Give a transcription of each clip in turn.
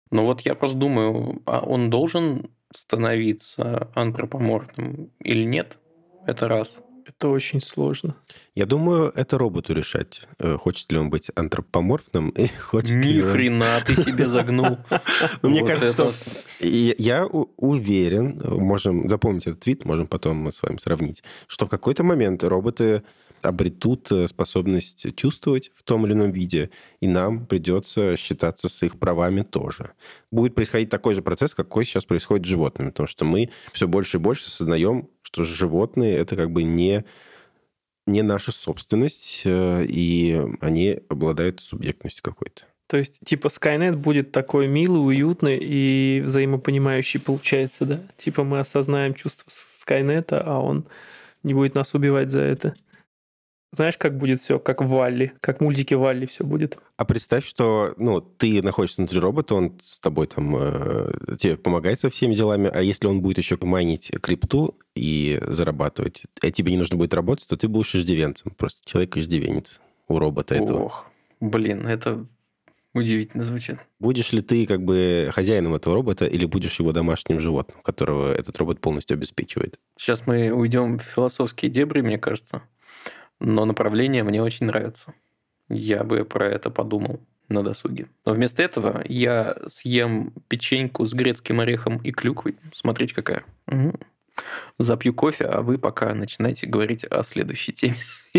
Но вот я просто думаю, а он должен становиться антропоморфным или нет? Это раз. Это очень сложно. Я думаю, это роботу решать, хочет ли он быть антропоморфным и хочет Ни ли он... хрена ты себе загнул. Ну, мне Вот кажется, это- что я уверен, можем запомнить этот твит, можем потом с вами сравнить, что в какой-то момент роботы обретут способность чувствовать в том или ином виде, и нам придется считаться с их правами тоже. Будет происходить такой же процесс, какой сейчас происходит с животными, потому что мы все больше и больше осознаем, что животные — это как бы не наша собственность, и они обладают субъектностью какой-то. То есть, типа, Skynet будет такой милый, уютный и взаимопонимающий, получается, да? Типа, мы осознаем чувства Скайнета, а он не будет нас убивать за это. Знаешь, как будет все, как в Валли, как в мультике Валли все будет. А представь, что ты находишься внутри робота, он с тобой там тебе помогает со всеми делами, а если он будет еще майнить крипту и зарабатывать, а тебе не нужно будет работать, то ты будешь иждивенцем. Просто человек-иждивенец у робота этого. Ох, блин, это удивительно звучит. Будешь ли ты как бы хозяином этого робота или будешь его домашним животным, которого этот робот полностью обеспечивает? Сейчас мы уйдем в философские дебри, мне кажется. Но направление мне очень нравится. Я бы про это подумал на досуге. Но вместо этого я съем печеньку с грецким орехом и клюквой. Смотрите, какая. Угу. Запью кофе, а вы пока начинайте говорить о следующей теме.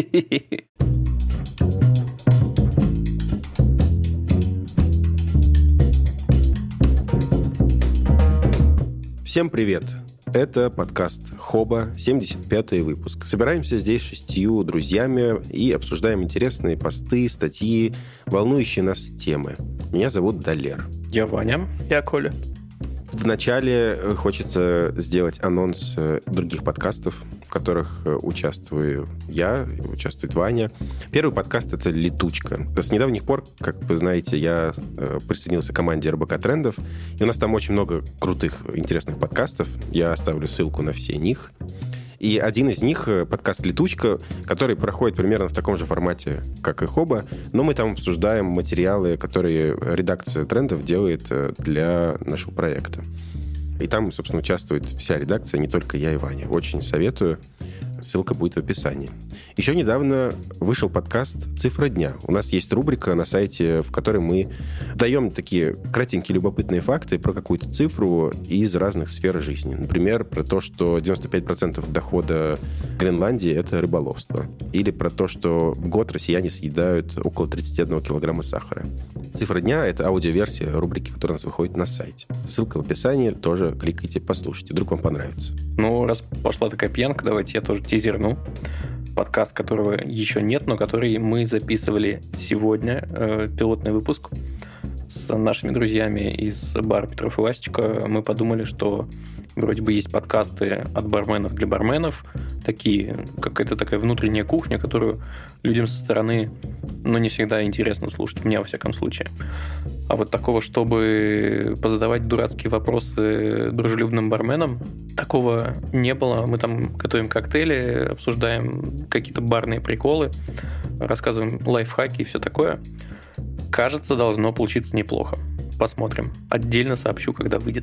Всем привет! Это подкаст «Хоба», 75-й выпуск. Собираемся здесь 6 друзьями и обсуждаем интересные посты, статьи, волнующие нас темы. Меня зовут Далер. Я Ваня. Я Коля. Вначале хочется сделать анонс других подкастов, в которых участвую я, участвует Ваня. Первый подкаст — это «Летучка». С недавних пор, как вы знаете, я присоединился к команде РБК Трендов, и у нас там очень много крутых, интересных подкастов. Я оставлю ссылку на все них. И один из них — подкаст «Летучка», который проходит примерно в таком же формате, как и «Хоба», но мы там обсуждаем материалы, которые редакция «Трендов» делает для нашего проекта. И там, собственно, участвует вся редакция, не только я и Ваня. Очень советую. Ссылка будет в описании. Еще недавно вышел подкаст «Цифра дня». У нас есть рубрика на сайте, в которой мы даем такие кратенькие любопытные факты про какую-то цифру из разных сфер жизни. Например, про то, что 95% дохода Гренландии — это рыболовство. Или про то, что в год россияне съедают около 31 килограмма сахара. «Цифра дня» — это аудиоверсия рубрики, которая у нас выходит на сайте. Ссылка в описании, тоже кликайте, послушайте. Вдруг вам понравится. Ну, раз пошла такая пьянка, давайте я тоже тизерну. Подкаст, которого еще нет, но который мы записывали сегодня, пилотный выпуск с нашими друзьями из бара Петров и Васечка. Мы подумали, что вроде бы есть подкасты от барменов для барменов, такие, какая-то такая внутренняя кухня, которую людям со стороны, не всегда интересно слушать, мне во всяком случае. А вот такого, чтобы позадавать дурацкие вопросы дружелюбным барменам, такого не было. Мы там готовим коктейли, обсуждаем какие-то барные приколы, рассказываем лайфхаки и все такое. Кажется, должно получиться неплохо. Посмотрим. Отдельно сообщу, когда выйдет.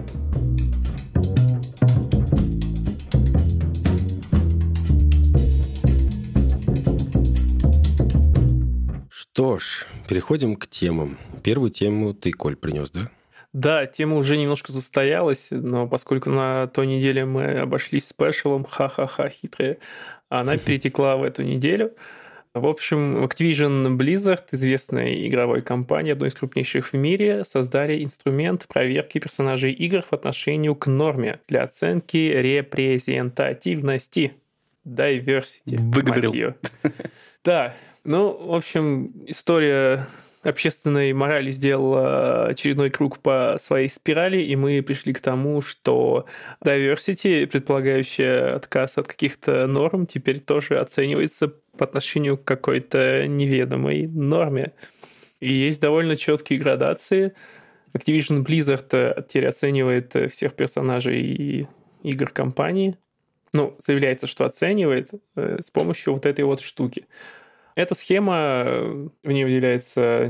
Что ж, переходим к темам. Первую тему ты, Коль, принес, да? Да, тема уже немножко застоялась, но поскольку на той неделе мы обошлись спешалом, ха-ха-ха, хитрые, она перетекла в эту неделю. В общем, Activision Blizzard, известная игровая компания, одной из крупнейших в мире, создали инструмент проверки персонажей игр в отношении к норме для оценки репрезентативности. Diversity. Выговорил. Да, в общем, история общественной морали сделала очередной круг по своей спирали, и мы пришли к тому, что diversity, предполагающая отказ от каких-то норм, теперь тоже оценивается по отношению к какой-то неведомой норме. И есть довольно четкие градации. Activision Blizzard теперь оценивает всех персонажей игр компании. Заявляется, что оценивает с помощью вот этой вот штуки. Эта схема, в ней выделяется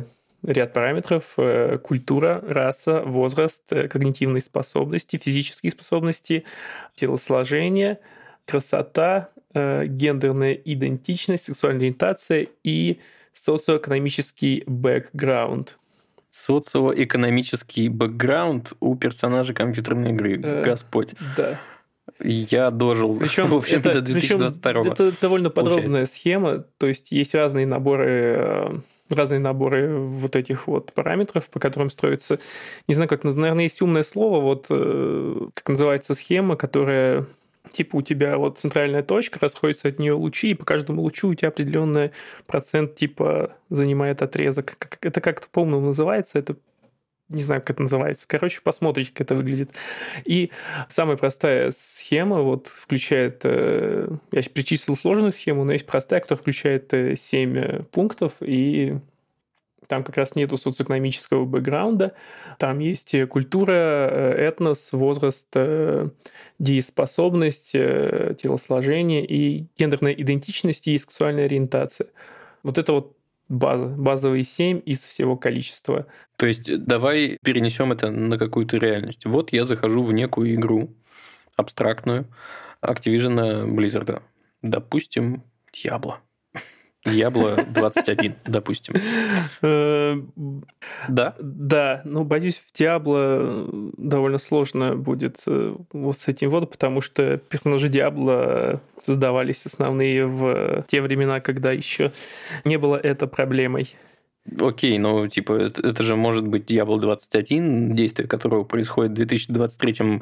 ряд параметров: культура, раса, возраст, когнитивные способности, физические способности, телосложение, красота, гендерная идентичность, сексуальная ориентация и социоэкономический бэкграунд. Социоэкономический бэкграунд у персонажа компьютерной игры. Господь. Да. Я дожил, причем в общем, до 2022-го. Это довольно подробная схема, то есть есть разные наборы вот этих вот параметров, по которым строится, не знаю, как, наверное, есть умное слово, вот как называется схема, которая типа у тебя вот центральная точка, расходятся от нее лучи, и по каждому лучу у тебя определенный процент типа занимает отрезок. Это как-то, по-моему, называется, это не знаю, как это называется. Короче, посмотрите, как это выглядит. И самая простая схема вот включает... Я перечислил сложную схему, но есть простая, которая включает 7 пунктов, и там как раз нету социоэкономического бэкграунда. Там есть культура, этнос, возраст, дееспособность, телосложение и гендерная идентичность и сексуальная ориентация. Вот это вот базовые 7 из всего количества. То есть давай перенесем это на какую-то реальность. Вот я захожу в некую игру абстрактную Activision Blizzard. Допустим, Diablo 21, допустим. Да? Да, но, боюсь, в Diablo довольно сложно будет вот с этим вот, потому что персонажи Diablo создавались основные в те времена, когда еще не было это проблемой. Окей, но типа это же может быть Diablo 21, действие которого происходит в 2023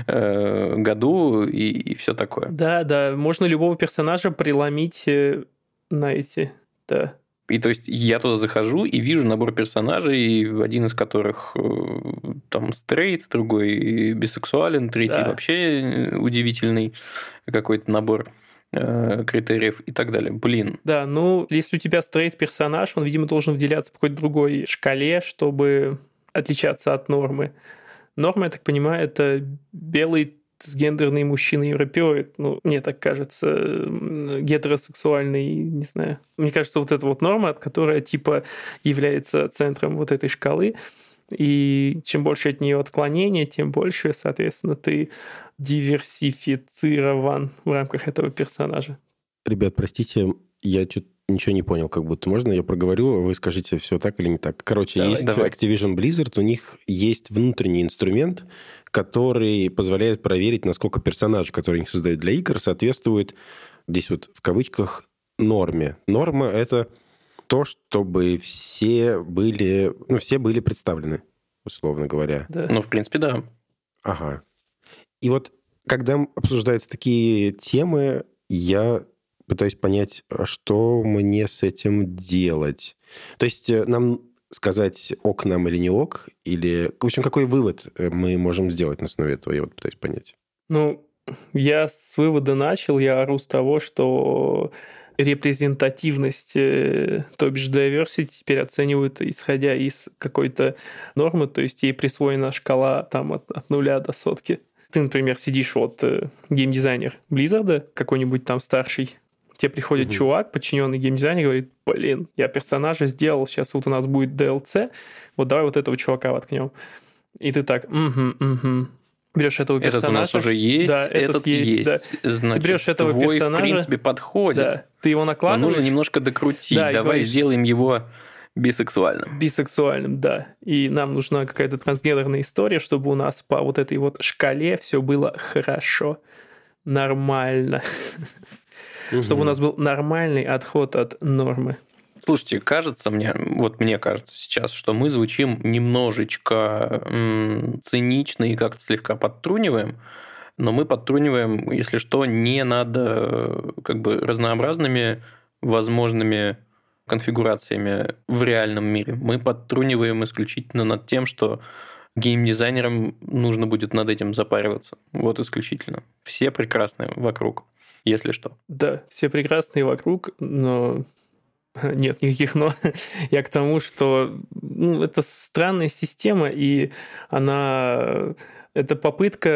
году и все такое. Да, можно любого персонажа преломить на эти, да. И то есть я туда захожу и вижу набор персонажей, один из которых там стрейт, другой бисексуален, третий вообще удивительный какой-то набор критериев и так далее. Блин. Да, ну, если у тебя стрейт-персонаж, он, видимо, должен выделяться по какой-то другой шкале, чтобы отличаться от нормы. Норма, я так понимаю, это белый цисгендерный мужчина-европеоид, ну, мне так кажется, гетеросексуальный, не знаю. Мне кажется, вот эта вот норма, которая типа является центром вот этой шкалы, и чем больше от нее отклонения, тем больше, соответственно, ты диверсифицирован в рамках этого персонажа. Ребят, простите, я что-то ничего не понял, как будто. Можно я проговорю, вы скажите, все так или не так? Короче, давай. Activision Blizzard, у них есть внутренний инструмент, который позволяет проверить, насколько персонажи, которые они создают для игр, соответствуют, здесь вот в кавычках, норме. Норма — это то, чтобы все были представлены, условно говоря. Да. Ну, в принципе, да. Ага. И вот, когда обсуждаются такие темы, я пытаюсь понять, что мне с этим делать. То есть нам сказать, ок нам или не ок, или... В общем, какой вывод мы можем сделать на основе этого, я вот пытаюсь понять. Ну, я с вывода начал, я ору с того, что репрезентативность, то бишь diversity, теперь оценивают, исходя из какой-то нормы, то есть ей присвоена шкала там от 0 до 100. Ты, например, сидишь вот геймдизайнер Blizzard, какой-нибудь там старший, тебе приходит чувак, подчиненный геймдизайнер, говорит, блин, я персонажа сделал, сейчас вот у нас будет DLC, вот давай вот этого чувака воткнем. И ты так, берешь этого персонажа. Этот у нас уже есть, да, этот есть. Да. Значит, ты берешь этого твой, персонажа, в принципе, подходит. Да, ты его накладываешь. Но нужно немножко докрутить. Да, давай говоришь, сделаем его бисексуальным. Бисексуальным, да. И нам нужна какая-то трансгендерная история, чтобы у нас по вот этой вот шкале все было хорошо, нормально. Чтобы у нас был нормальный отход от нормы. Слушайте, мне кажется сейчас, что мы звучим немножечко цинично и как-то слегка подтруниваем, но мы подтруниваем, если что, не над как бы разнообразными возможными конфигурациями в реальном мире. Мы подтруниваем исключительно над тем, что геймдизайнерам нужно будет над этим запариваться. Вот исключительно. Все прекрасные вокруг, если что. Да, все прекрасные вокруг, но... Нет никаких «но». Я к тому, что это странная система, и это попытка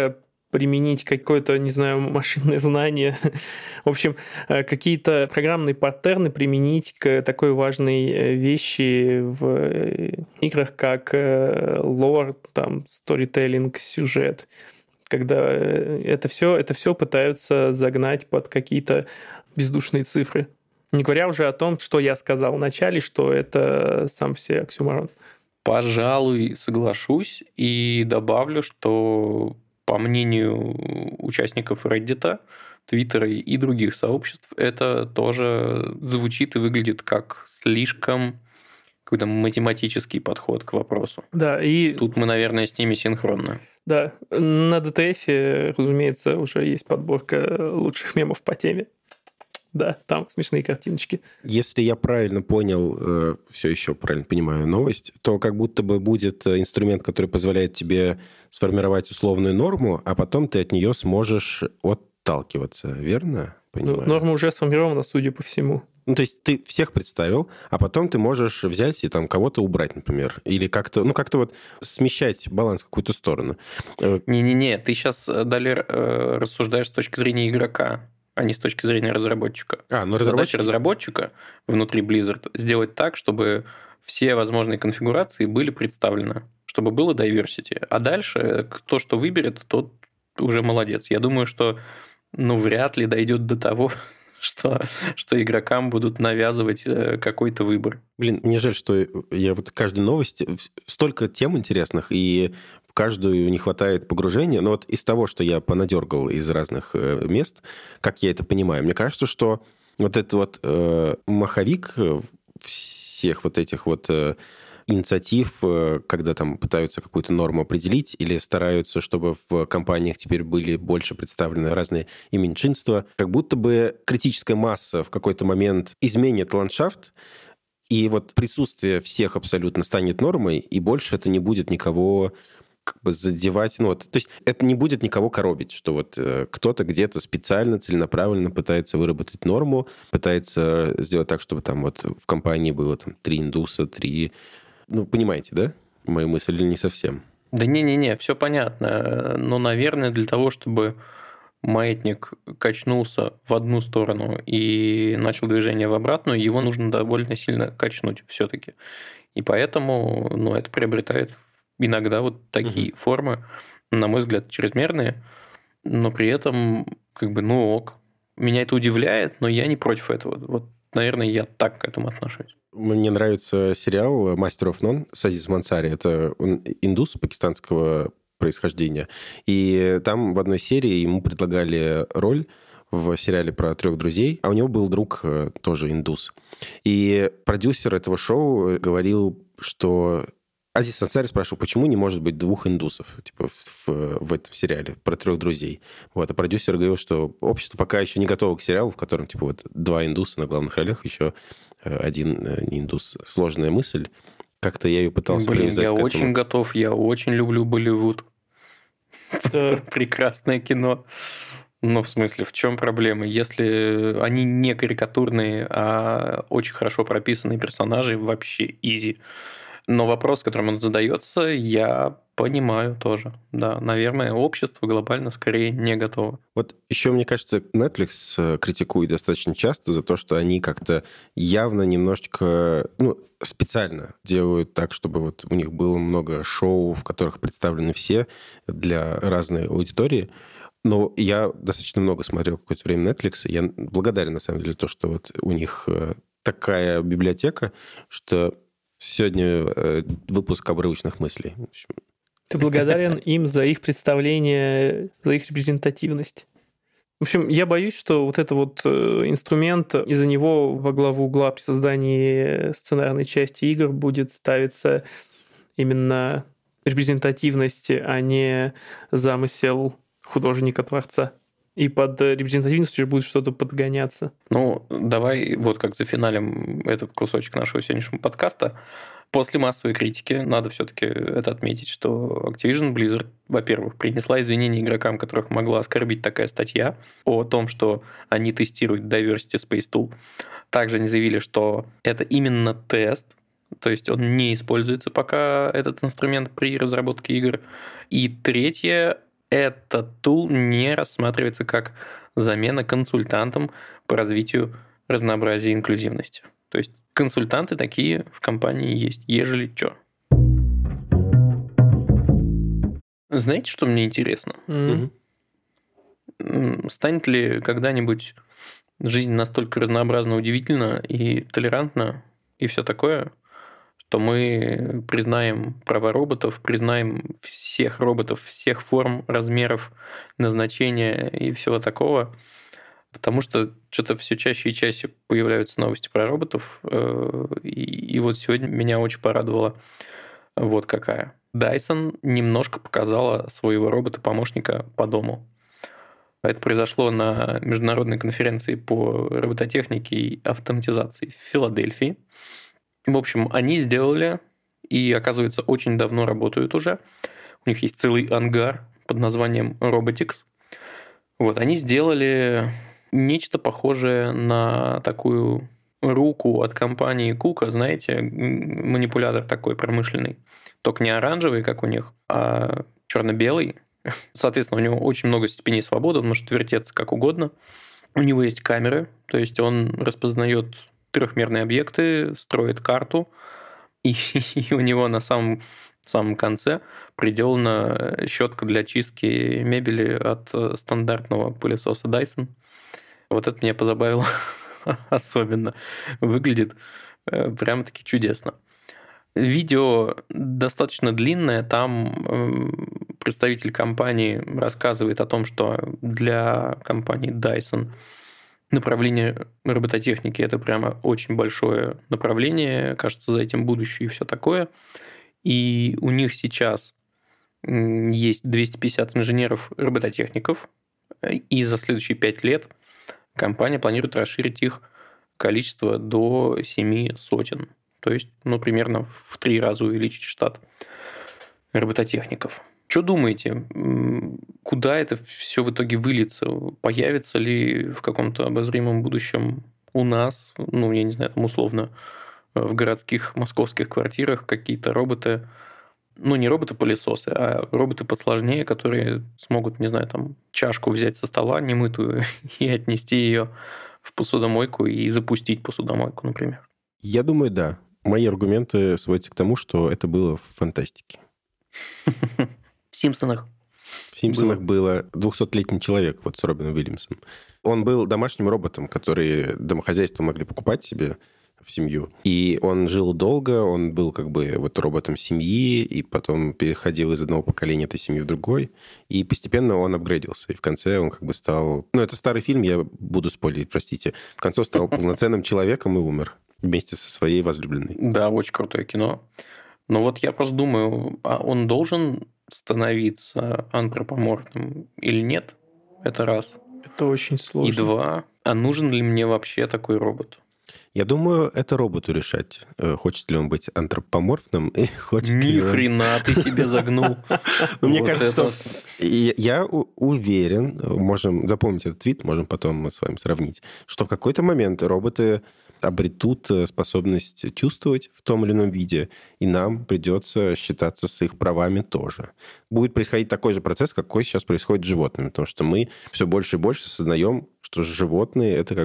применить какое-то, не знаю, машинное знание, в общем, какие-то программные паттерны применить к такой важной вещи в играх, как лор, там, сторителлинг, сюжет, когда это все пытаются загнать под какие-то бездушные цифры. Не говоря уже о том, что я сказал в начале, что это сам все оксюморон. Пожалуй, соглашусь и добавлю, что по мнению участников Reddit, Твиттера и других сообществ, это тоже звучит и выглядит как слишком какой-то математический подход к вопросу. Да, и тут мы, наверное, с ними синхронны. Да, на DTF, разумеется, уже есть подборка лучших мемов по теме. Да, там смешные картиночки. Если я правильно понял, все еще правильно понимаю новость, то как будто бы будет инструмент, который позволяет тебе сформировать условную норму, а потом ты от нее сможешь отталкиваться, верно? Понимаю. Норма уже сформирована, судя по всему. Ну, то есть ты всех представил, а потом ты можешь взять и там кого-то убрать, например. Или как-то, как-то вот смещать баланс в какую-то сторону. Не-не-не, ты сейчас далее рассуждаешь с точки зрения игрока, а не с точки зрения разработчика. Задача разработчика внутри Blizzard сделать так, чтобы все возможные конфигурации были представлены, чтобы было diversity. А дальше кто что выберет, тот уже молодец. Я думаю, что вряд ли дойдет до того, что игрокам будут навязывать какой-то выбор. Блин, мне жаль, что я вот каждой новости... Столько тем интересных, и в каждую не хватает погружения. Но вот из того, что я понадергал из разных мест, как я это понимаю, мне кажется, что вот этот вот маховик всех вот этих вот... инициатив, когда там пытаются какую-то норму определить или стараются, чтобы в компаниях теперь были больше представлены разные и меньшинства. Как будто бы критическая масса в какой-то момент изменит ландшафт, и вот присутствие всех абсолютно станет нормой, и больше это не будет никого как бы задевать. То есть это не будет никого коробить, что вот кто-то где-то специально, целенаправленно пытается выработать норму, пытается сделать так, чтобы там вот в компании было там 3 индуса, 3... понимаете, да? Мою мысль или не совсем? Да не-не-не, все понятно. Но, наверное, для того, чтобы маятник качнулся в одну сторону и начал движение в обратную, его нужно довольно сильно качнуть все-таки. И поэтому это приобретает иногда вот такие формы, на мой взгляд, чрезмерные, но при этом ок. Меня это удивляет, но я не против этого. Вот, наверное, я так к этому отношусь. Мне нравится сериал «Master of None» с Азизом Ансари. Это он индус пакистанского происхождения. И там в одной серии ему предлагали роль в сериале про 3 друзей, а у него был друг тоже индус. И продюсер этого шоу говорил, что... Азиз Ансари спрашивал, почему не может быть 2 индусов в этом сериале про 3 друзей. Вот. А продюсер говорил, что общество пока еще не готово к сериалу, в котором 2 индуса на главных ролях, еще один не индус. Сложная мысль. Как-то я ее пытался привязать к этому. Я очень готов, я очень люблю Болливуд. Прекрасное кино. В смысле, в чем проблема? Если они не карикатурные, а очень хорошо прописанные персонажи, вообще изи. Но вопрос, которым он задается, я понимаю тоже. Да, наверное, общество глобально скорее не готово. Вот еще, мне кажется, Netflix критикует достаточно часто за то, что они как-то явно немножечко, специально делают так, чтобы вот у них было много шоу, в которых представлены все для разной аудитории. Но я достаточно много смотрел какое-то время Netflix, и я благодарен, на самом деле, за то, что вот у них такая библиотека, что... Сегодня выпуск обрывочных мыслей. Ты благодарен им за их представление, за их репрезентативность. В общем, я боюсь, что вот этот вот инструмент, из-за него во главу угла при создании сценарной части игр будет ставиться именно репрезентативность, а не замысел художника-творца. И под репрезентативностью будет что-то подгоняться. Давай вот как зафиналим этот кусочек нашего сегодняшнего подкаста. После массовой критики надо все-таки это отметить, что Activision Blizzard, во-первых, принесла извинения игрокам, которых могла оскорбить такая статья о том, что они тестируют Diversity Space Tool. Также они заявили, что это именно тест, то есть он не используется пока, этот инструмент, при разработке игр. И третье, этот тул не рассматривается как замена консультантам по развитию разнообразия и инклюзивности. То есть консультанты такие в компании есть, ежели чё. Знаете, что мне интересно? Станет ли когда-нибудь жизнь настолько разнообразна, удивительна и толерантна, и все такое, что мы признаем права роботов, признаем всех роботов, всех форм, размеров, назначения и всего такого, потому что что-то все чаще и чаще появляются новости про роботов, и вот сегодня меня очень порадовала вот какая. Dyson немножко показала своего робота-помощника по дому. Это произошло на международной конференции по робототехнике и автоматизации в Филадельфии. В общем, они сделали, и, оказывается, очень давно работают уже. У них есть целый ангар под названием Robotics. Вот, они сделали нечто похожее на такую руку от компании Кука, знаете, манипулятор такой промышленный. Только не оранжевый, как у них, а черно-белый. Соответственно, у него очень много степеней свободы, он может вертеться как угодно. У него есть камеры, то есть он распознает трехмерные объекты, строит карту, и у него на самом конце приделана щетка для чистки мебели от стандартного пылесоса Dyson. Вот это меня позабавило особенно. Выглядит прямо-таки чудесно. Видео достаточно длинное, там представитель компании рассказывает о том, что для компании Dyson направление робототехники – это прямо очень большое направление, кажется, за этим будущее и все такое. И у них сейчас есть 250 инженеров-робототехников, и за следующие 5 лет компания планирует расширить их количество до 7 сотен. То есть, примерно в 3 раза увеличить штат робототехников. Что думаете, куда это все в итоге выльется? Появится ли в каком-то обозримом будущем у нас, я не знаю, там условно, в городских московских квартирах какие-то роботы, не роботы-пылесосы, а роботы посложнее, которые смогут, не знаю, там чашку взять со стола немытую и отнести ее в посудомойку и запустить посудомойку, например? Я думаю, да. Мои аргументы сводятся к тому, что это было в фантастике. В «Симпсонах». В «Симпсонах» было 200-летний человек с Робином Уильямсом. Он был домашним роботом, который домохозяйства могли покупать себе в семью. И он жил долго, он был роботом семьи, и потом переходил из одного поколения этой семьи в другой. И постепенно он апгрейдился. И в конце он стал... это старый фильм, я буду спойлерить, простите. В конце он стал полноценным человеком и умер вместе со своей возлюбленной. Да, очень крутое кино. Но я просто думаю, а он должен становиться антропоморфным или нет? Это раз. Это очень сложно. И 2, а нужен ли мне вообще такой робот? Я думаю, это роботу решать, хочет ли он быть антропоморфным и хочет Ни ли он... хрена ты себе загнул. Мне кажется, что... Я уверен, можем запомнить этот твит, можем потом с вами сравнить, что в какой-то момент роботы обретут способность чувствовать в том или ином виде, и нам придется считаться с их правами тоже. Будет происходить такой же процесс, какой сейчас происходит с животными, потому что мы все больше и больше осознаем, что животные — это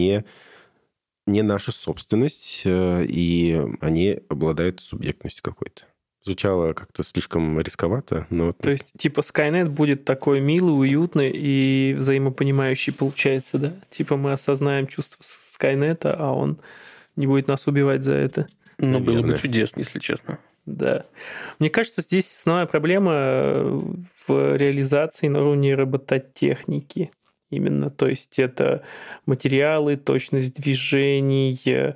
не наша собственность, и они обладают субъектностью какой-то. Звучало как-то слишком рисковато, но... То есть, Skynet будет такой милый, уютный и взаимопонимающий, получается, да? Мы осознаем чувства Skynet, а он не будет нас убивать за это. Было бы чудесно, если честно. Да. Мне кажется, здесь основная проблема в реализации на уровне робототехники. Именно, то есть это материалы, точность движений,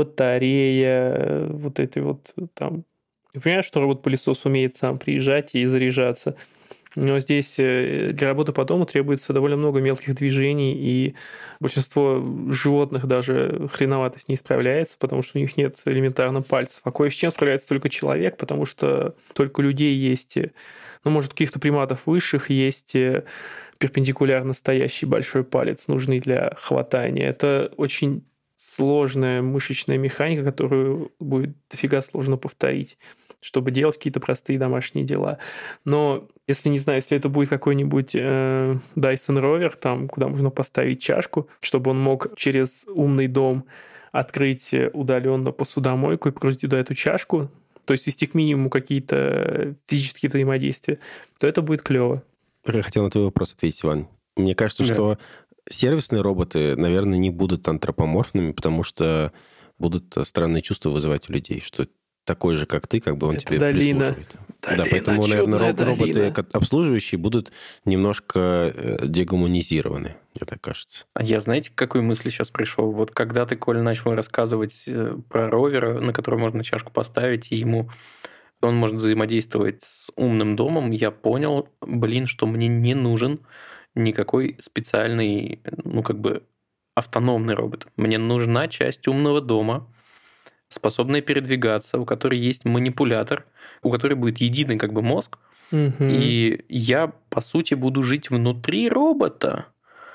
батарея, там... Я понимаю, что робот-пылесос умеет сам приезжать и заряжаться, но здесь для работы по дому требуется довольно много мелких движений, и большинство животных даже хреновато с ней справляется, потому что у них нет элементарно пальцев. А кое с чем справляется только человек, потому что только у людей есть, может, у каких-то приматов высших есть перпендикулярно стоящий большой палец, нужный для хватания. Это очень сложная мышечная механика, которую будет дофига сложно повторить. чтобы делать какие-то простые домашние дела. Но если, не знаю, если это будет какой-нибудь Dyson Rover, там, куда можно поставить чашку, чтобы он мог через умный дом открыть удаленно посудомойку и погрузить туда эту чашку, то есть свести к минимуму какие-то физические взаимодействия, то это будет клево. Я хотел на твой вопрос ответить, Иван. Мне кажется, что сервисные роботы, наверное, не будут антропоморфными, потому что будут странные чувства вызывать у людей, что такой же, как ты, как бы он это тебе долина. прислуживает. Да, поэтому, наверное, роботы обслуживающие будут немножко дегуманизированы, мне так кажется. А я, знаете, к какой мысли сейчас пришел? Вот когда ты, Коля, начал рассказывать про ровера, на который можно чашку поставить, и он может взаимодействовать с умным домом, я понял, что мне не нужен никакой специальный, автономный робот. Мне нужна часть умного дома, способная передвигаться, у которой есть манипулятор, у которой будет единый мозг, и я, по сути, буду жить внутри робота.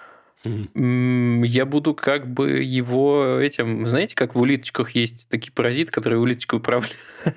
Я буду его этим... Знаете, как в улиточках есть такие паразиты, которые улиточкой управляют?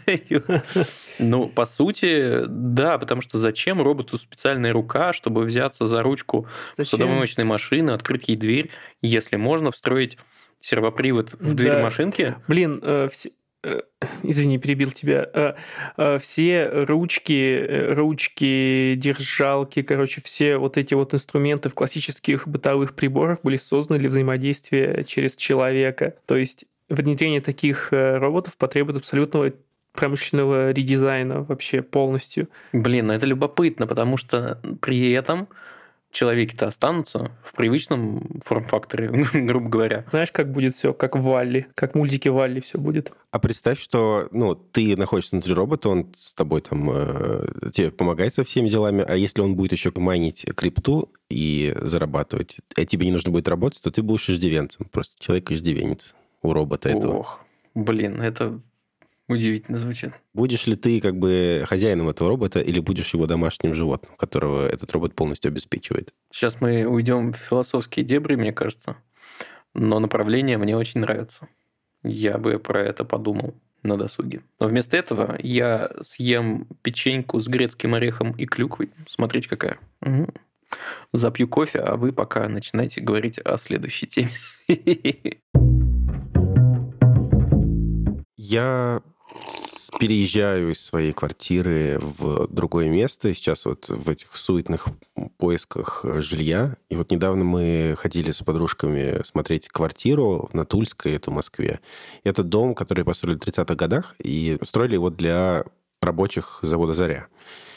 По сути, да, потому что зачем роботу специальная рука, чтобы взяться за ручку посудомоечной машины, открыть ей дверь, если можно встроить сервопривод в дверь машинки? Извини, перебил тебя. Все ручки, держалки, все вот эти вот инструменты в классических бытовых приборах были созданы для взаимодействия через человека. То есть внедрение таких роботов потребует абсолютного промышленного редизайна вообще полностью. Это любопытно, потому что при этом человеки-то останутся в привычном форм-факторе, грубо говоря. Знаешь, как будет все, как в Валли, как в мультике Валли все будет. А представь, что ты находишься внутри робота, он с тобой тебе помогает со всеми делами, а если он будет еще майнить крипту и зарабатывать, а тебе не нужно будет работать, то ты будешь иждивенцем. Просто человек-иждивенец у робота этого. Это удивительно звучит. Будешь ли ты хозяином этого робота или будешь его домашним животным, которого этот робот полностью обеспечивает? Сейчас мы уйдем в философские дебри, мне кажется, но направление мне очень нравится. Я бы про это подумал на досуге. Но вместо этого я съем печеньку с грецким орехом и клюквой. Смотрите, какая. Запью кофе, а вы пока начинайте говорить о следующей теме. Я переезжаю из своей квартиры в другое место. Сейчас в этих суетных поисках жилья. И недавно мы ходили с подружками смотреть квартиру на Тульской, это в Москве. Это дом, который построили в 30-х годах, и строили его для рабочих завода «Заря».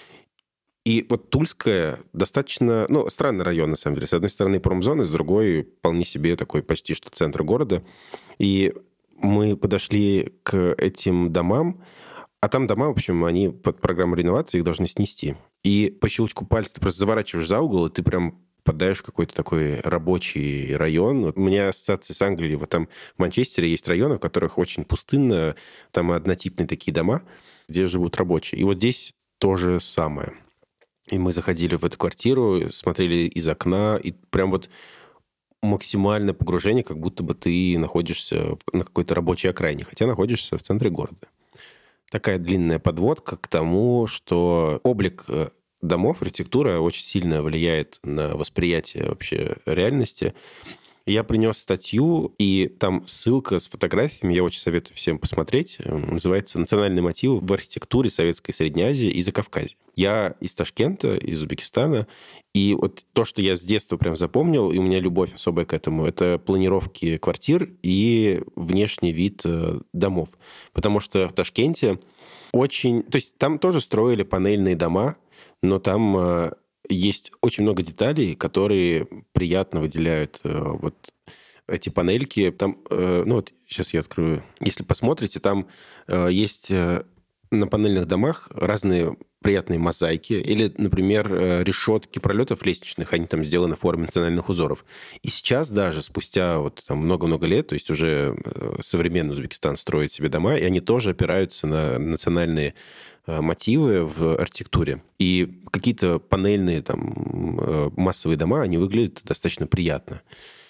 И Тульская достаточно... странный район, на самом деле. С одной стороны промзона, с другой вполне себе такой почти что центр города. И мы подошли к этим домам, а там дома, в общем, они под программу реновации, их должны снести. И по щелчку пальца ты просто заворачиваешь за угол, и ты прям попадаешь в какой-то такой рабочий район. У меня ассоциация с Англией. Там в Манчестере есть районы, в которых очень пустынно, там однотипные такие дома, где живут рабочие. И здесь то же самое. И мы заходили в эту квартиру, смотрели из окна, и прям максимальное погружение, как будто бы ты находишься на какой-то рабочей окраине, хотя находишься в центре города. Такая длинная подводка к тому, что облик домов, архитектура очень сильно влияет на восприятие вообще реальности. Я принес статью, и там ссылка с фотографиями, я очень советую всем посмотреть. Называется «Национальные мотивы в архитектуре Советской Средней Азии и Закавказья». Я из Ташкента, из Узбекистана, и то, что я с детства прям запомнил, и у меня любовь особая к этому, это планировки квартир и внешний вид домов. Потому что в Ташкенте очень... То есть там тоже строили панельные дома, но там... есть очень много деталей, которые приятно выделяют эти панельки. Там, сейчас я открою. Если посмотрите, там есть на панельных домах разные приятные мозаики или, например, решетки пролетов лестничных, они там сделаны в форме национальных узоров. И сейчас даже, спустя много-много лет, то есть уже современный Узбекистан строит себе дома, и они тоже опираются на национальные мотивы в архитектуре. И какие-то панельные массовые дома, они выглядят достаточно приятно.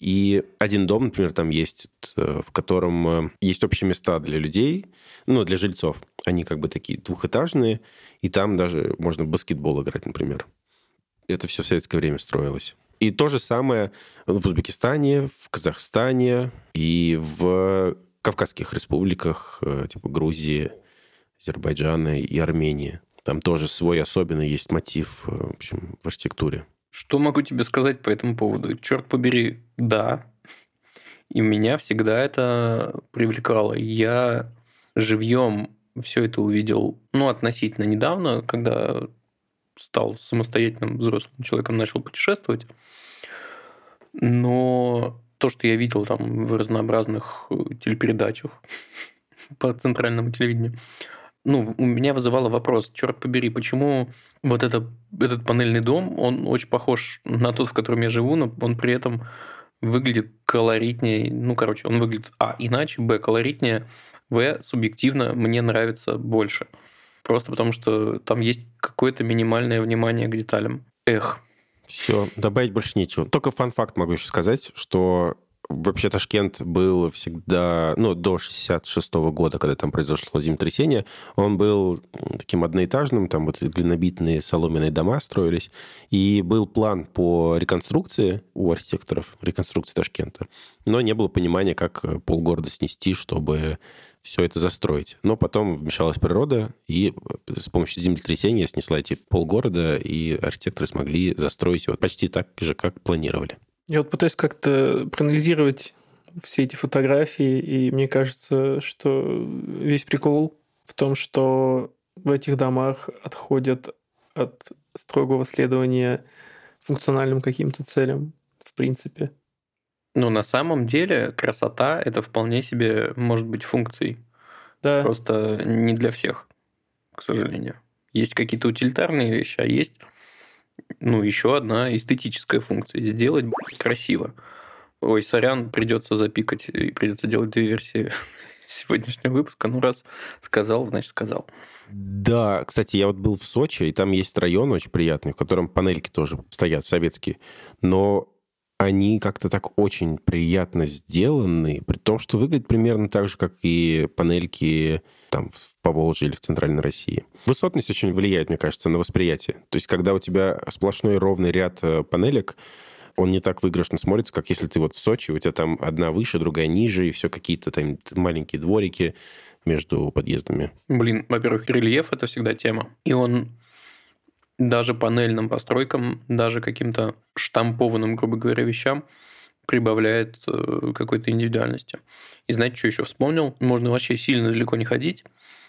И один дом, например, там есть, в котором есть общие места для людей, ну, для жильцов. Они как бы такие двухэтажные, и там даже можно в баскетбол играть, например. Это все в советское время строилось. И то же самое в Узбекистане, в Казахстане и в Кавказских республиках, типа Грузии, Азербайджана и Армении. Там тоже свой особенный есть мотив, в общем, в архитектуре. Что могу тебе сказать по этому поводу? Черт побери, да. И меня всегда это привлекало. Я живьем все это увидел, относительно недавно, когда стал самостоятельным взрослым человеком, начал путешествовать. Но то, что я видел там в разнообразных телепередачах по центральному телевидению, у меня вызывало вопрос, черт побери, почему вот этот панельный дом, он очень похож на тот, в котором я живу, но он при этом выглядит колоритнее. Он выглядит, иначе, колоритнее, субъективно мне нравится больше. Просто потому, что там есть какое-то минимальное внимание к деталям. Все, добавить больше нечего. Только фан-факт могу еще сказать, что вообще Ташкент был всегда, до 66 года, когда там произошло землетрясение, он был таким одноэтажным, там вот глинобитные соломенные дома строились, и был план по реконструкции у архитекторов, реконструкции Ташкента, но не было понимания, как полгорода снести, чтобы все это застроить. Но потом вмешалась природа, и с помощью землетрясения снесла эти полгорода, и архитекторы смогли застроить его почти так же, как планировали. Я пытаюсь как-то проанализировать все эти фотографии, и мне кажется, что весь прикол в том, что в этих домах отходят от строгого следования функциональным каким-то целям, в принципе. На самом деле красота – это вполне себе может быть функцией. Да. Просто не для всех, к сожалению. Есть какие-то утилитарные вещи, а есть... еще одна эстетическая функция. Сделать красиво. Ой, сорян, придется запикать и придется делать 2 версии сегодняшнего выпуска. Раз сказал, значит сказал. Да, кстати, я был в Сочи, и там есть район очень приятный, в котором панельки тоже стоят, советские. Но они как-то так очень приятно сделаны, при том, что выглядят примерно так же, как и панельки там в Поволжье или в Центральной России. Высотность очень влияет, мне кажется, на восприятие. То есть, когда у тебя сплошной ровный ряд панелек, он не так выигрышно смотрится, как если ты в Сочи, у тебя там одна выше, другая ниже, и все какие-то там маленькие дворики между подъездами. Во-первых, рельеф – это всегда тема. И он даже панельным постройкам, даже каким-то штампованным, грубо говоря, вещам прибавляет какой-то индивидуальности. И знаете, что еще вспомнил? Можно вообще сильно далеко не ходить.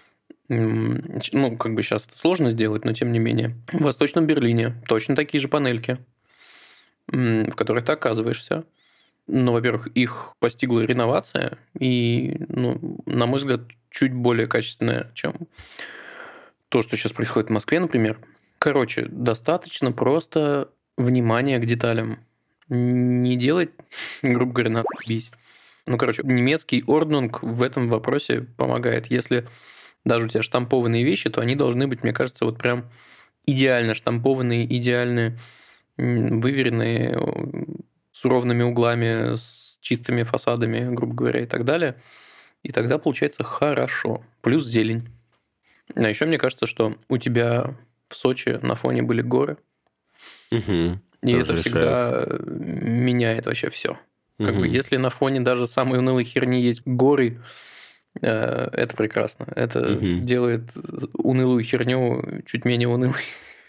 Сейчас это сложно сделать, но тем не менее. В Восточном Берлине точно такие же панельки, в которых ты оказываешься. Во-первых, их постигла реновация, и, на мой взгляд, чуть более качественная, чем то, что сейчас происходит в Москве, например. Достаточно просто внимания к деталям. Не делать, грубо говоря, надпись. Немецкий орднунг в этом вопросе помогает. Если даже у тебя штампованные вещи, то они должны быть, мне кажется, вот прям идеально штампованные, идеально выверенные, с ровными углами, с чистыми фасадами, грубо говоря, и так далее. И тогда получается хорошо. Плюс зелень. А еще мне кажется, что у тебя в Сочи на фоне были горы. Угу. И это всегда меняет вообще все. Если на фоне даже самой унылой херни есть горы, это прекрасно. Это делает унылую херню чуть менее унылой.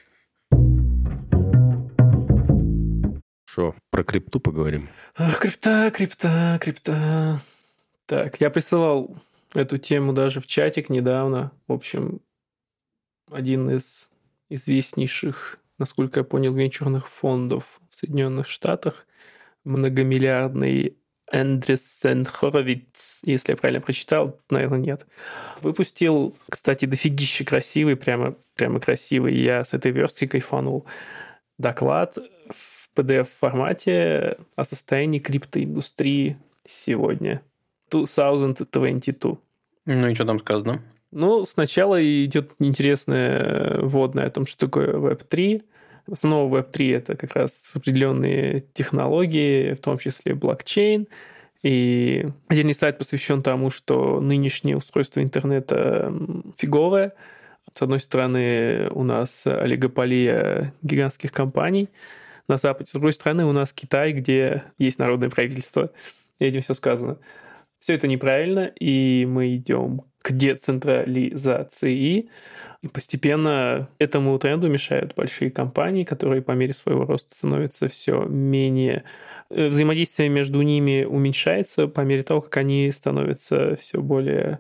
Что, про крипту поговорим? Крипта. Так, я присылал эту тему даже в чатик недавно. В общем, один из известнейших, насколько я понял, венчурных фондов в Соединенных Штатах, многомиллиардный Эндресен Хоровиц, если я правильно прочитал, наверное, нет, выпустил, кстати, дофигище красивый, прямо красивый, я с этой версткой кайфанул, доклад в PDF-формате о состоянии криптоиндустрии сегодня, 2022. И что там сказано? Сначала идет интересное вводное о том, что такое Web3, Основа Web3 — это как раз определенные технологии, в том числе блокчейн. И отдельный слайд посвящен тому, что нынешнее устройство интернета фиговое. С одной стороны, у нас олигополия гигантских компаний на Западе. С другой стороны, у нас Китай, где есть народное правительство. И этим все сказано. Все это неправильно, и мы идем к децентрализации. И постепенно этому тренду мешают большие компании, которые по мере своего роста становятся все менее... Взаимодействие между ними уменьшается по мере того, как они становятся все более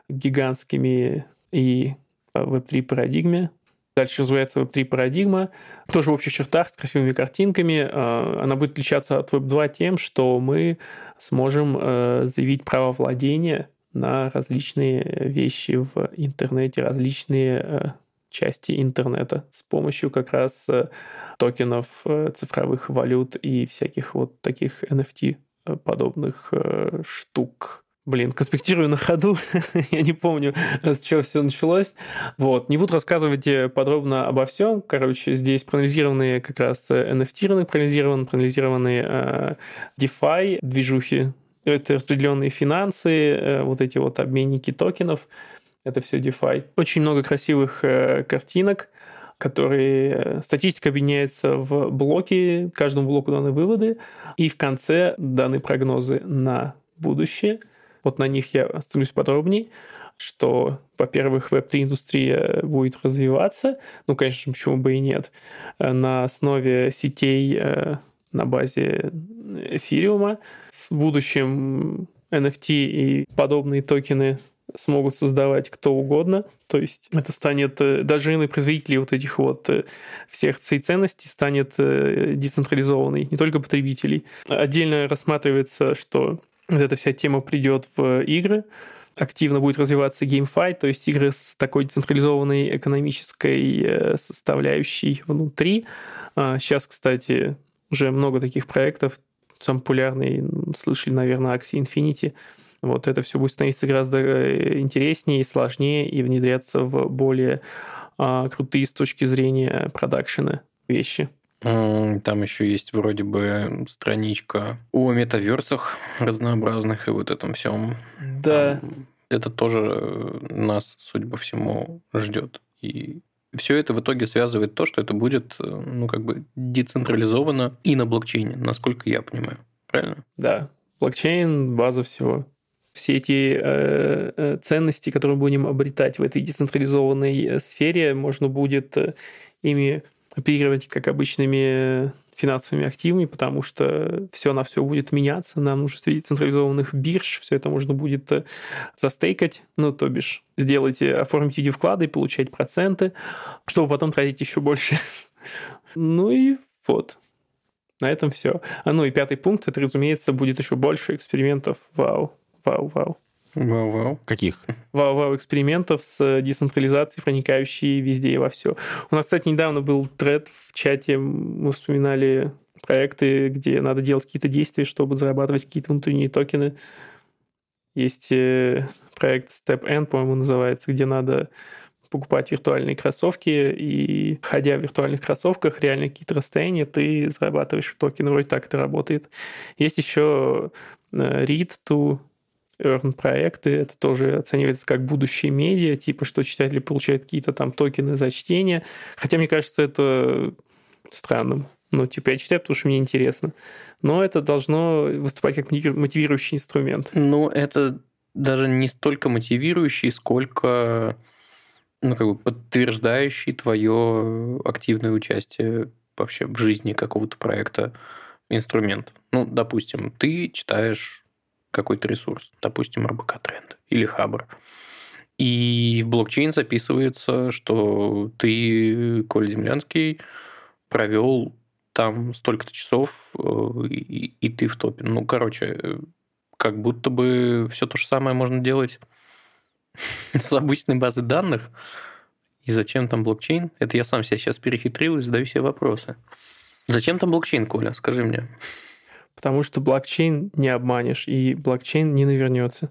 гигантскими и в Web3 парадигме. Дальше развивается Web3 парадигма, тоже в общих чертах, с красивыми картинками. Она будет отличаться от Web2 тем, что мы сможем заявить право владения на различные вещи в интернете, различные части интернета с помощью как раз токенов, цифровых валют и всяких вот таких NFT подобных штук. Конспектирую на ходу, я не помню, с чего все началось. Вот. Не буду рассказывать подробно обо всем. Короче, здесь проанализированы как раз NFT рынок, проанализированы DeFi, движухи. Это распределенные финансы, вот эти вот обменники токенов. Это все DeFi. Очень много красивых картинок, которые... Статистика объединяется в блоки, каждому блоку даны выводы, и в конце даны прогнозы на будущее. Вот на них я остановлюсь подробнее, что, во-первых, Web3-индустрия будет развиваться, ну, конечно, почему бы и нет, на основе сетей на базе эфириума. В будущем NFT и подобные токены смогут создавать кто угодно. То есть это станет... Даже рынок производителей вот этих вот всей ценностей станет децентрализованной, не только потребителей. Отдельно рассматривается, что вот эта вся тема придет в игры. Активно будет развиваться GameFi, то есть игры с такой децентрализованной экономической составляющей внутри. Сейчас, кстати, уже много таких проектов. Самый популярный, слышали, наверное, Axie Infinity. Вот это все будет становиться гораздо интереснее и сложнее и внедряться в более крутые с точки зрения продакшена вещи. Там еще есть вроде бы страничка о метаверсах разнообразных и вот этом всем. Да. Это тоже нас, судя по всему, ждет. И все это в итоге связывает то, что это будет, ну, как бы децентрализовано и на блокчейне, насколько я понимаю. Правильно? Да. Блокчейн – база всего. Все эти ценности, которые мы будем обретать в этой децентрализованной сфере, можно будет ими оперировать как обычными финансовыми активами, потому что все на все будет меняться. Нам нужно среди централизованных бирж, все это можно будет застейкать, ну, то бишь сделать, оформить в виде вклада и получать проценты, чтобы потом тратить еще больше. Ну и вот. На этом все. Ну и 5-й пункт, это, разумеется, будет еще больше экспериментов. Вау. Каких? Экспериментов с децентрализацией, проникающей везде и во все. У нас, кстати, недавно был тред в чате, мы вспоминали проекты, где надо делать какие-то действия, чтобы зарабатывать какие-то внутренние токены. Есть проект StepN, по-моему, называется, где надо покупать виртуальные кроссовки, и, ходя в виртуальных кроссовках, реально какие-то расстояния, ты зарабатываешь токены. Вроде так это работает. Есть еще Read to Earn проекты. Это тоже оценивается как будущее медиа, типа, что читатели получают какие-то там токены за чтение. Хотя, мне кажется, это странным. Ну, типа, я читаю, потому что мне интересно. Но это должно выступать как мотивирующий инструмент. Ну, это даже не столько мотивирующий, сколько, ну, как бы подтверждающий твое активное участие вообще в жизни какого-то проекта инструмент. Ну, допустим, ты читаешь какой-то ресурс, допустим, РБК Тренд или Хабр, и в блокчейн записывается, что ты, Коля Землянский, провел там столько-то часов, и ты в топе. Ну, короче, как будто бы все то же самое можно делать с обычной базой данных. И зачем там блокчейн? Это я сам себя сейчас перехитрил и задаю себе вопросы. Зачем там блокчейн, Коля? Скажи мне. Потому что блокчейн не обманешь, и блокчейн не навернется.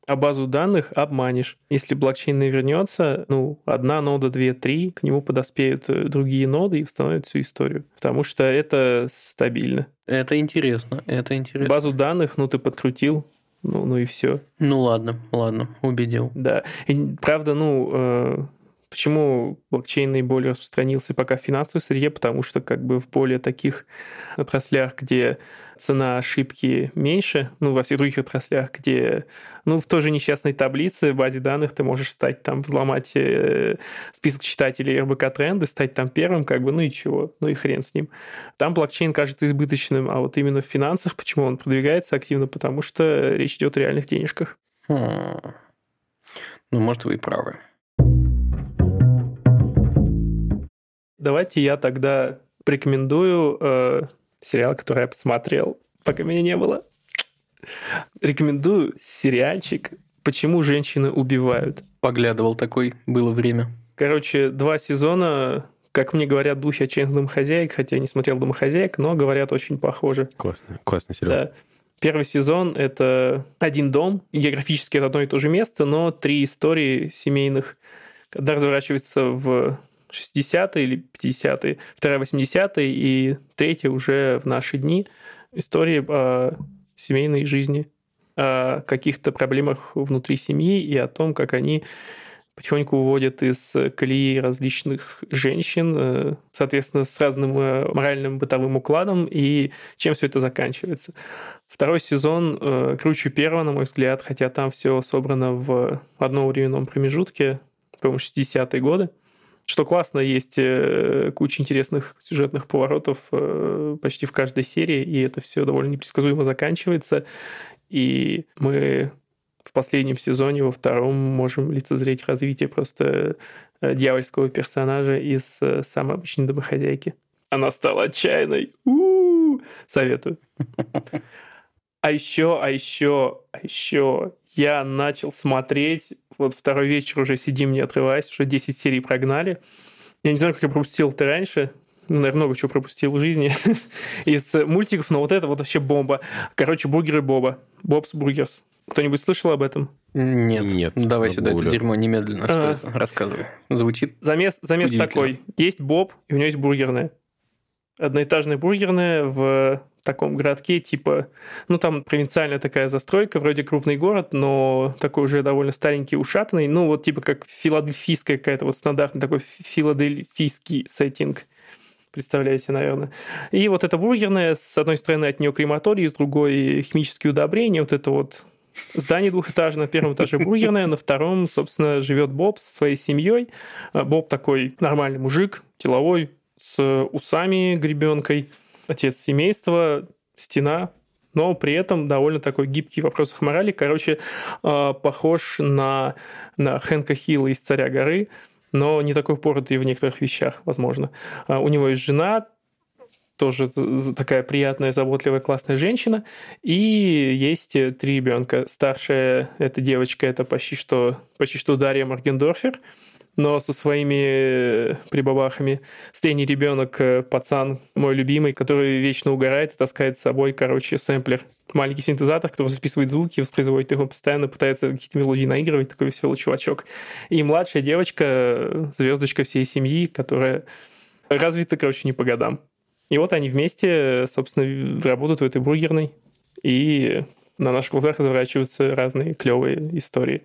а базу данных обманешь. Если блокчейн навернется, 1 нода, 2, 3, к нему подоспеют другие ноды и восстановят всю историю. Потому что это стабильно. Это интересно. Базу данных, ты подкрутил, и все. Ладно, убедил. Да. И, правда, почему блокчейн наиболее распространился пока в финансовой среде? Потому что в более таких отраслях, где цена ошибки меньше, во всех других отраслях, где, в той же несчастной таблице, в базе данных ты можешь стать взломать список читателей РБК тренды, стать первым, и чего, и хрен с ним. Там блокчейн кажется избыточным, а вот именно в финансах, почему он продвигается активно? Потому что речь идет о реальных денежках. Может, вы и правы. Давайте я тогда порекомендую сериал, который я посмотрел, пока меня не было. Рекомендую сериальчик «Почему женщины убивают». Поглядывал такой, было время. 2 сезона, как мне говорят, духи отчаянных домохозяек, хотя я не смотрел «Домохозяек», но говорят очень похоже. Классный сериал. Да. Первый сезон — это один дом, географически это одно и то же место, но 3 истории семейных. Одна разворачивается в 60-е или 50-е, вторая 80-е, и третья уже в наши дни. Истории о семейной жизни, о каких-то проблемах внутри семьи и о том, как они потихоньку уводят из колеи различных женщин, соответственно, с разным моральным бытовым укладом, и чем все это заканчивается. Второй сезон круче первого, на мой взгляд, хотя там все собрано в одном временном промежутке, по-моему, 60-е годы. Что классно, есть куча интересных сюжетных поворотов почти в каждой серии, и это все довольно непредсказуемо заканчивается. И мы в последнем сезоне, во втором, можем лицезреть развитие просто дьявольского персонажа из самой обычной домохозяйки. Она стала отчаянной. Советую. А еще я начал смотреть, второй вечер уже сидим, не отрываясь, уже 10 серий прогнали. Я не знаю, как я пропустил это раньше. Наверное, много чего пропустил в жизни из мультиков, но это вообще бомба. Бургеры Боба. Бобс Бургерс. Кто-нибудь слышал об этом? Нет. Давай сюда это дерьмо немедленно. Что это? Рассказывай. Звучит замес такой. Есть Боб, и у него есть бургерная. Одноэтажная бургерная в таком городке, там провинциальная такая застройка, вроде крупный город, но такой уже довольно старенький, ушатанный, как филадельфийская какая-то стандартный такой филадельфийский сеттинг. Представляете, наверное. И эта бургерная, с одной стороны, от нее крематорий, с другой химические удобрения, здание двухэтажное, на первом этаже бургерная, на втором, собственно, живет Боб со своей семьей. Боб такой нормальный мужик, деловой, с усами, гребенкой, отец семейства, стена, но при этом довольно такой гибкий в вопросах морали. Похож на Хэнка Хилла из «Царя горы», но не такой упоротый в некоторых вещах, возможно. У него есть жена, тоже такая приятная, заботливая, классная женщина, и есть 3 ребенка. Старшая эта девочка, это почти что Дарья Моргендорфер, но со своими прибабахами. Средний ребенок, пацан, мой любимый, который вечно угорает и таскает с собой, сэмплер. Маленький синтезатор, который записывает звуки, воспроизводит их, он постоянно пытается какие-то мелодии наигрывать, такой веселый чувачок. И младшая девочка, звездочка всей семьи, которая развита, не по годам. И они вместе, собственно, работают в этой бургерной, и на наших глазах разворачиваются разные клевые истории.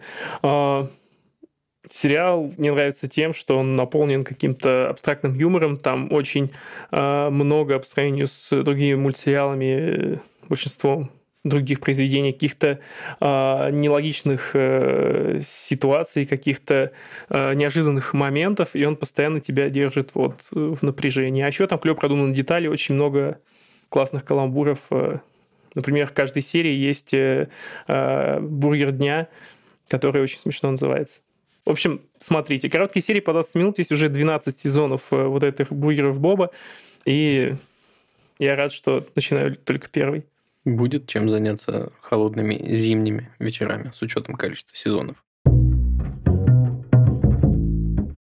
Сериал мне нравится тем, что он наполнен каким-то абстрактным юмором. Там очень много по сравнению с другими мультсериалами, большинством других произведений, каких-то нелогичных ситуаций, каких-то неожиданных моментов, и он постоянно тебя держит в напряжении. А еще там клево продуманы детали, очень много классных каламбуров. Например, в каждой серии есть бургер дня, который очень смешно называется. В общем, смотрите, короткие серии по 20 минут, есть уже 12 сезонов этих бургеров Боба, и я рад, что начинаю только первый. Будет чем заняться холодными зимними вечерами с учетом количества сезонов.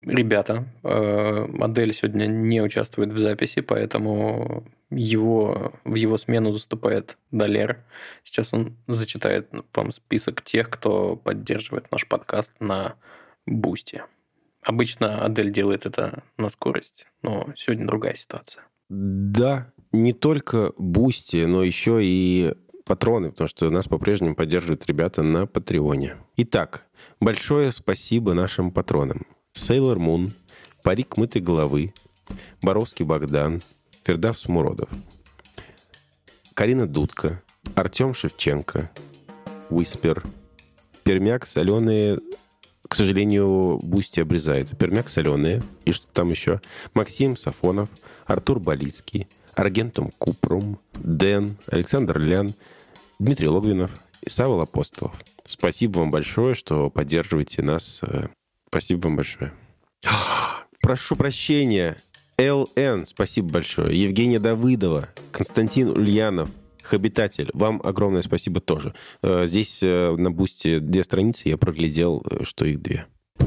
ребята. Адель сегодня не участвует в записи, поэтому в его смену заступает Далер. Сейчас он зачитает вам список тех, кто поддерживает наш подкаст на Бусти. Обычно Адель делает это на скорость, но сегодня другая ситуация. Да, не только Бусти, но еще и патроны, потому что нас по-прежнему поддерживают ребята на Патреоне. Итак, большое спасибо нашим патронам. Sailor Moon, Парик мытой головы, Боровский Богдан, Фердавс Муродов, Карина Дудка, Артем Шевченко, Whisper, Пермяк соленые. К сожалению, Бусти обрезает. Пермяк соленые. И что там еще? Максим Сафонов, Артур Болицкий, Аргентум Купрум, Дэн, Александр Лян, Дмитрий Логвинов и Савол Апостолов. Спасибо вам большое, что поддерживаете нас. Спасибо вам большое. Прошу прощения. ЛН, спасибо большое. Евгения Давыдова, Константин Ульянов, Хабитатель, вам огромное спасибо тоже. Здесь на Бусти 2 страницы, я проглядел, что их 2.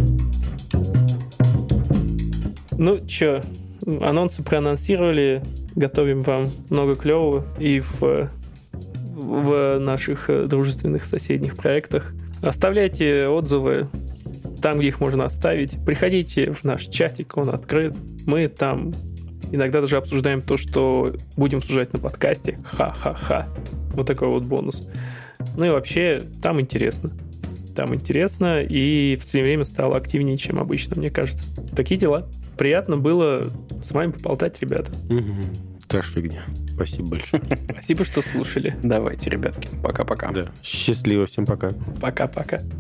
Ну, чё, анонсы проанонсировали, готовим вам много клевого и в наших дружественных соседних проектах. Оставляйте отзывы там, где их можно оставить. Приходите в наш чатик, он открыт. Мы там иногда даже обсуждаем то, что будем обсуждать на подкасте. Ха-ха-ха. Вот такой вот бонус. Ну и вообще, там интересно. Там интересно, и в последнее время стало активнее, чем обычно, мне кажется. Такие дела. Приятно было с вами поболтать, ребята. Трэш фигня. Спасибо большое. Спасибо, что слушали. Давайте, ребятки. Пока-пока. Да. Счастливо. Всем пока. Пока-пока.